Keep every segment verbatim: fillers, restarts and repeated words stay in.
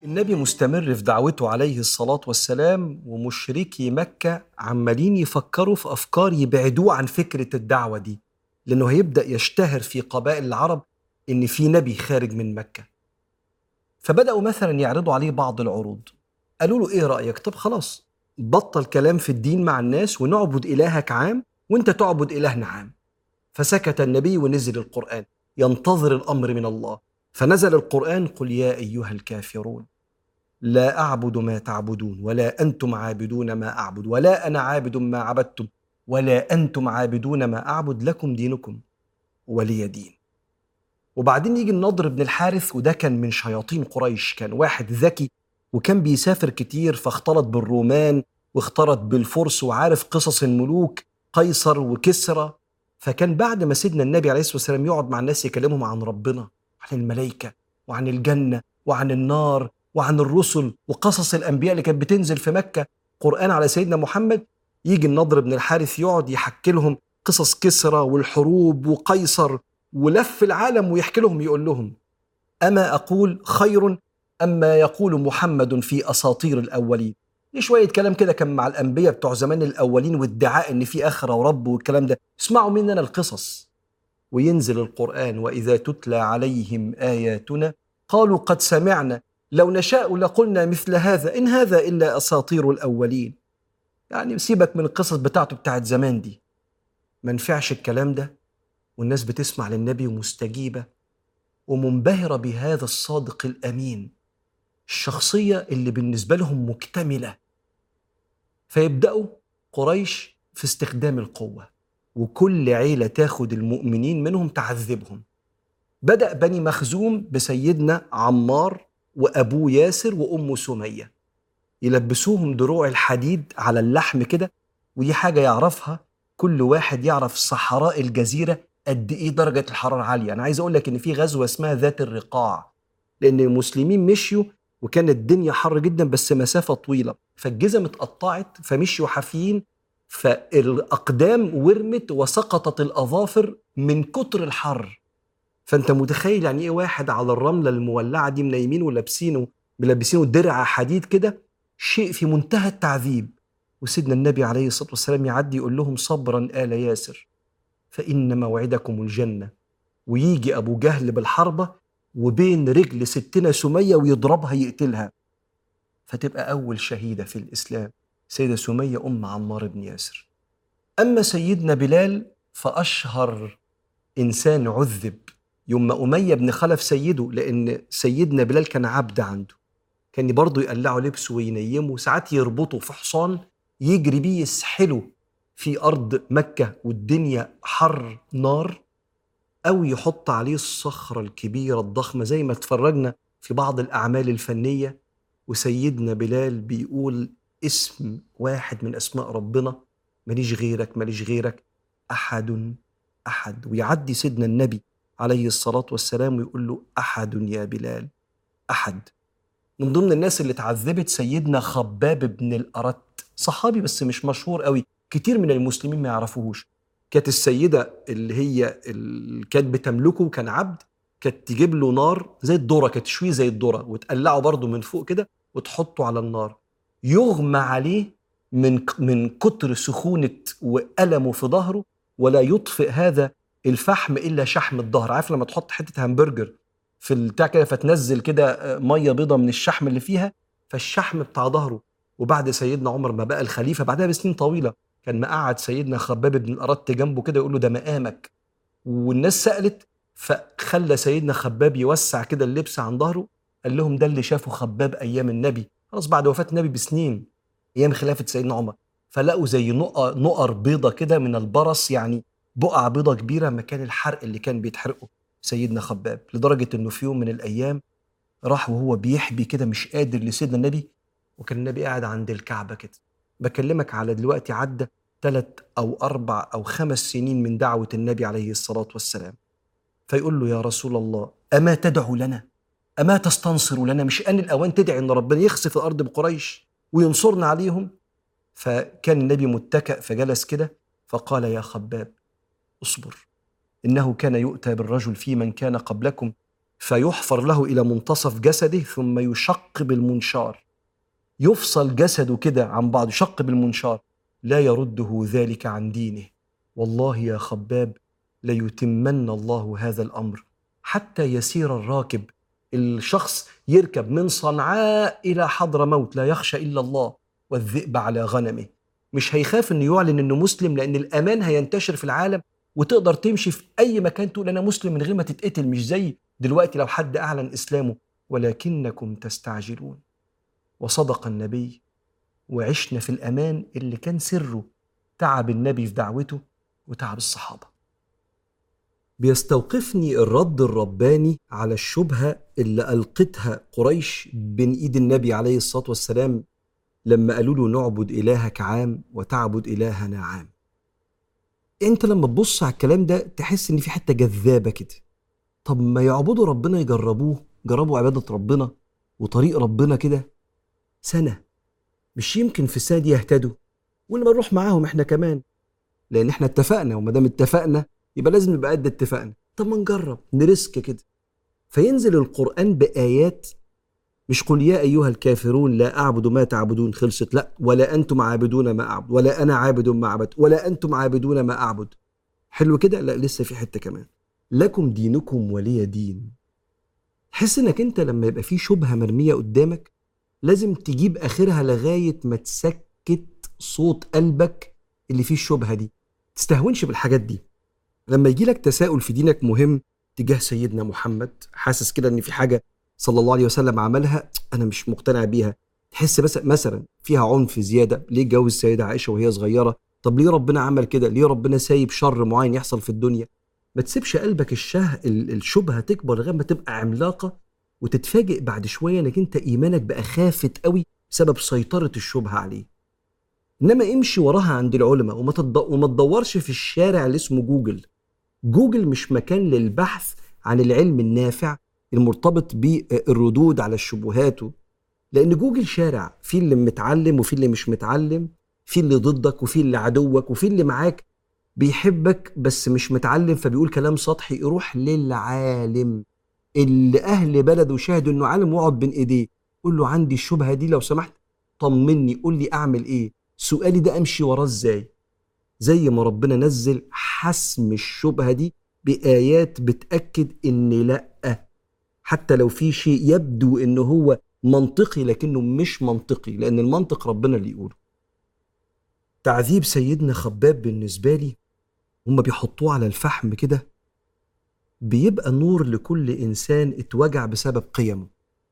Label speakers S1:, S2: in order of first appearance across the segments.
S1: النبي مستمر في دعوته عليه الصلاة والسلام، ومشركي مكة عمالين يفكروا في أفكار يبعدوه عن فكرة الدعوة دي، لأنه هيبدأ يشتهر في قبائل العرب إن في نبي خارج من مكة. فبدأوا مثلا يعرضوا عليه بعض العروض. قالوا له إيه رأيك؟ طب خلاص، بطل كلام في الدين مع الناس ونعبد إلهك عام وإنت تعبد إلهنا عام. فسكت النبي ونزل القرآن ينتظر الأمر من الله. فنزل القرآن: قل يا أيها الكافرون لا أعبد ما تعبدون ولا أنتم عابدون ما أعبد ولا أنا عابد ما عبدتم ولا أنتم عابدون ما أعبد لكم دينكم ولي دين. وبعدين يجي النضر بن الحارث، وده كان من شياطين قريش، كان واحد ذكي وكان بيسافر كتير، فاختلط بالرومان واختلط بالفرس وعارف قصص الملوك قيصر وكسرى. فكان بعد ما سيدنا النبي عليه الصلاة والسلام يقعد مع الناس يكلمهم عن ربنا، عن الملائكة وعن الجنة وعن النار وعن الرسل وقصص الأنبياء اللي كانت بتنزل في مكة قرآن على سيدنا محمد، يجي النضر بن الحارث يقعد يحكي لهم قصص كسرى والحروب وقيصر ولف العالم، ويحكي لهم يقول لهم: أما أقول خير أما يقول محمد في أساطير الأولين. ليه شوية كلام كده كان مع الأنبياء بتوع زمان الأولين، وادعاء إن في آخرة ورب والكلام ده، اسمعوا مننا القصص. وينزل القرآن: وإذا تتلى عليهم آياتنا قالوا قد سمعنا لو نشاء لقلنا مثل هذا إن هذا إلا أساطير الأولين. يعني سيبك من القصص بتاعته بتاعت زمان دي، ما نفعش الكلام ده. والناس بتسمع للنبي ومستجيبة ومنبهرة بهذا الصادق الأمين، الشخصية اللي بالنسبة لهم مكتملة. فيبدأوا قريش في استخدام القوة، وكل عيلة تاخد المؤمنين منهم تعذبهم. بدأ بني مخزوم بسيدنا عمار وأبوه ياسر وأمه سمية، يلبسوهم دروع الحديد على اللحم كده. ودي حاجة يعرفها كل واحد يعرف صحراء الجزيرة قد إيه درجة الحرارة عالية. أنا عايز أقول لك إن في غزوة اسمها ذات الرقاع، لأن المسلمين مشيوا وكانت الدنيا حر جدا بس مسافة طويلة، فالجزم اتقطعت فمشيوا حافيين، فالأقدام ورمت وسقطت الأظافر من كتر الحر. فأنت متخيل يعني إيه واحد على الرملة المولعة دي منيمين ولابسينه ملبسينه درع حديد كده، شيء في منتهى التعذيب. وسيدنا النبي عليه الصلاة والسلام يعدي يقول لهم: صبرا آل ياسر فإن موعدكم الجنة. ويجي أبو جهل بالحربة وبين رجل ستنا سمية ويضربها يقتلها، فتبقى أول شهيدة في الإسلام سيدة سمية أم عمار بن ياسر. أما سيدنا بلال فأشهر إنسان عذب يوم أمية بن خلف سيده، لأن سيدنا بلال كان عبد عنده، كان برضه يقلعوا لبسه وينيمه، ساعات يربطه في حصان يجري بيه يسحله في أرض مكة والدنيا حر نار، أو يحط عليه الصخرة الكبيرة الضخمة زي ما اتفرجنا في بعض الأعمال الفنية. وسيدنا بلال بيقول اسم واحد من أسماء ربنا: ماليش غيرك ماليش غيرك، أحد أحد. ويعدي سيدنا النبي عليه الصلاة والسلام ويقول له: أحد يا بلال أحد. من ضمن الناس اللي اتعذبت سيدنا خباب بن الأرت، صحابي بس مش مشهور قوي، كتير من المسلمين ما يعرفوهوش. كانت السيدة اللي هي اللي كانت بتملكه كان عبد، كانت تجيب له نار زي الذرة، كانت تشويه زي الذرة وتقلعه برضه من فوق كده وتحطه على النار، يغمى عليه من من كتر سخونة وألمه في ظهره، ولا يطفئ هذا الفحم إلا شحم الظهر. عارف لما تحط حتة همبرجر في البتاع كده فتنزل كده ميه بيضه من الشحم اللي فيها، فالشحم بتاع ظهره. وبعد سيدنا عمر ما بقى الخليفه بعدها بسنين طويله، كان مقعد سيدنا خباب بن الأرت جنبه كده يقول له: ده مقامك. والناس سألت، فخلى سيدنا خباب يوسع كده اللبس عن ظهره، قال لهم: ده اللي شافه خباب ايام النبي، خلاص بعد وفاه النبي بسنين، ايام خلافه سيدنا عمر. فلقوا زي نقر نقر بيضه كده من البرص، يعني بقع بيضه كبيره مكان الحرق اللي كان بيتحرقه سيدنا خباب، لدرجه انه في يوم من الايام راح وهو بيحبي كده مش قادر لسيدنا النبي، وكان النبي قاعد عند الكعبه كده. بكلمك على دلوقتي عدى ثلاث او اربع او خمس سنين من دعوه النبي عليه الصلاه والسلام. فيقول له: يا رسول الله اما تدعو لنا، اما تستنصر لنا، مش ان الاوان تدعي ان ربنا يخسف الارض بقريش وينصرنا عليهم؟ فكان النبي متكئ فجلس كده، فقال: يا خباب اصبر، إنه كان يؤتى بالرجل في من كان قبلكم فيحفر له إلى منتصف جسده ثم يشق بالمنشار، يفصل جسده كده عن بعض، يشق بالمنشار، لا يرده ذلك عن دينه. والله يا خباب ليتمن الله هذا الأمر حتى يسير الراكب، الشخص يركب من صنعاء إلى حضرموت لا يخشى إلا الله والذئب على غنمه، مش هيخاف أنه يعلن أنه مسلم، لأن الأمان هينتشر في العالم وتقدر تمشي في أي مكان تقول أنا مسلم من غير ما تتقتل، مش زي دلوقتي لو حد أعلن إسلامه. ولكنكم تستعجلون. وصدق النبي، وعشنا في الأمان اللي كان سره تعب النبي في دعوته وتعب الصحابة. بيستوقفني الرد الرباني على الشبهة اللي ألقتها قريش بين إيد النبي عليه الصلاة والسلام لما قالوا له نعبد إلهك عام وتعبد إلهنا عام. أنت لما تبص على الكلام ده تحس إن في حتة جذابة كده. طب ما يعبدوا ربنا، يجربوه، جربوا عبادة ربنا وطريق ربنا كده سنة، مش يمكن في السنة دي يهتدوا، واللي ما نروح معاهم احنا كمان، لأن احنا اتفقنا، وما دام اتفقنا يبقى لازم نبقى قد اتفقنا. طب ما نجرب نرسك كده. فينزل القرآن بآيات، مش قل يا أيها الكافرون لا أعبد ما تعبدون خلصت، لا، ولا أنتم عابدون ما أعبد، ولا أنا عابد ما أعبد، ولا أنتم عابدون ما أعبد. حلو كده؟ لا، لسه في حتة كمان، لكم دينكم ولي دين. تحس انك انت لما يبقى في شبهة مرمية قدامك لازم تجيب آخرها لغاية ما تسكت صوت قلبك اللي فيه الشبهة دي. تستهونش بالحاجات دي. لما يجي لك تساؤل في دينك مهم تجاه سيدنا محمد، حاسس كده ان في حاجة صلى الله عليه وسلم عملها انا مش مقتنع بيها، تحس بس مثلا فيها عنف زيادة، ليه جوز السيدة عائشة وهي صغيرة؟ طب ليه ربنا عمل كده؟ ليه ربنا سايب شر معين يحصل في الدنيا؟ ما تسيبش قلبك الشه الشبهة تكبر لغاية ما تبقى عملاقة وتتفاجئ بعد شوية انك انت ايمانك بقى خافت قوي بسبب سيطرة الشبهة عليه. انما امشي وراها عند العلماء وما, تد... وما تدورش في الشارع اللي اسمه جوجل. جوجل مش مكان للبحث عن العلم النافع المرتبط بالردود على الشبهات، لان جوجل شارع فيه اللي متعلم وفيه اللي مش متعلم، فيه اللي ضدك وفيه اللي عدوك وفيه اللي معاك بيحبك بس مش متعلم فبيقول كلام سطحي. روح للعالم اللي اهل بلده شاهدوا انه عالم واقعد بين ايديه، قول له عندي الشبهه دي لو سمحت طمني، قول لي اعمل ايه، سؤالي ده امشي وراه ازاي. زي ما ربنا نزل حسم الشبهه دي بايات بتاكد ان لا، حتى لو في شيء يبدو انه هو منطقي لكنه مش منطقي، لان المنطق ربنا اللي يقوله. تعذيب سيدنا خباب بالنسبه لي هم بيحطوه على الفحم كده بيبقى نور لكل إنسان اتوجع بسبب قيمه.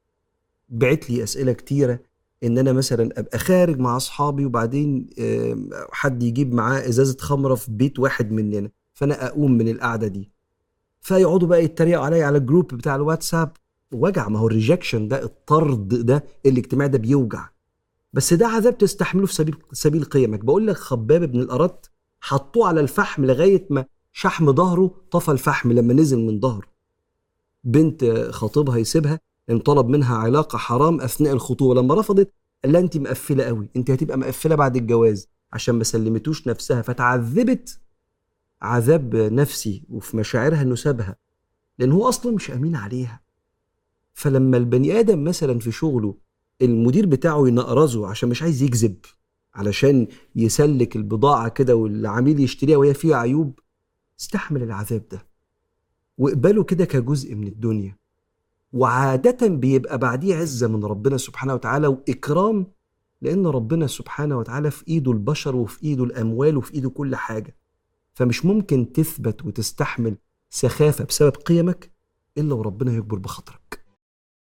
S1: بعت لي أسئلة كتيرة إن أنا مثلا أبقى خارج مع أصحابي وبعدين حد يجيب معاه إزازة خمرة في بيت واحد مننا، فأنا أقوم من القعدة دي فيقعدوا بقى يتريقوا عليا على الجروب بتاع الواتساب. وجع، ما هو الريجكشن ده، الطرد ده الاجتماعي ده بيوجع، بس ده عذاب تستحمله في سبيل سبيل قيمك. بقول لك خباب بن الأرت حطوه على الفحم لغاية ما شحم ظهره طفى الفحم لما نزل من ظهره. بنت خطيبها يسيبها لأن طلب منها علاقة حرام أثناء الخطوبة، لما رفضت قال لها أنت مقفلة قوي، أنت هتبقى مقفلة بعد الجواز، عشان ما سلمتوش نفسها فتعذبت عذاب نفسي وفي مشاعرها إنه سابها لأن هو أصلا مش أمين عليها. فلما البني آدم مثلا في شغله المدير بتاعه ينقرزه عشان مش عايز يكذب، علشان يسلك البضاعة كده والعميل يشتريها وهي فيها عيوب، استحمل العذاب ده واقبله كده كجزء من الدنيا، وعادة بيبقى بعديه عزة من ربنا سبحانه وتعالى وإكرام، لأن ربنا سبحانه وتعالى في إيده البشر وفي إيده الأموال وفي إيده كل حاجة. فمش ممكن تثبت وتستحمل سخافة بسبب قيمك إلا وربنا يكبر بخاطرك.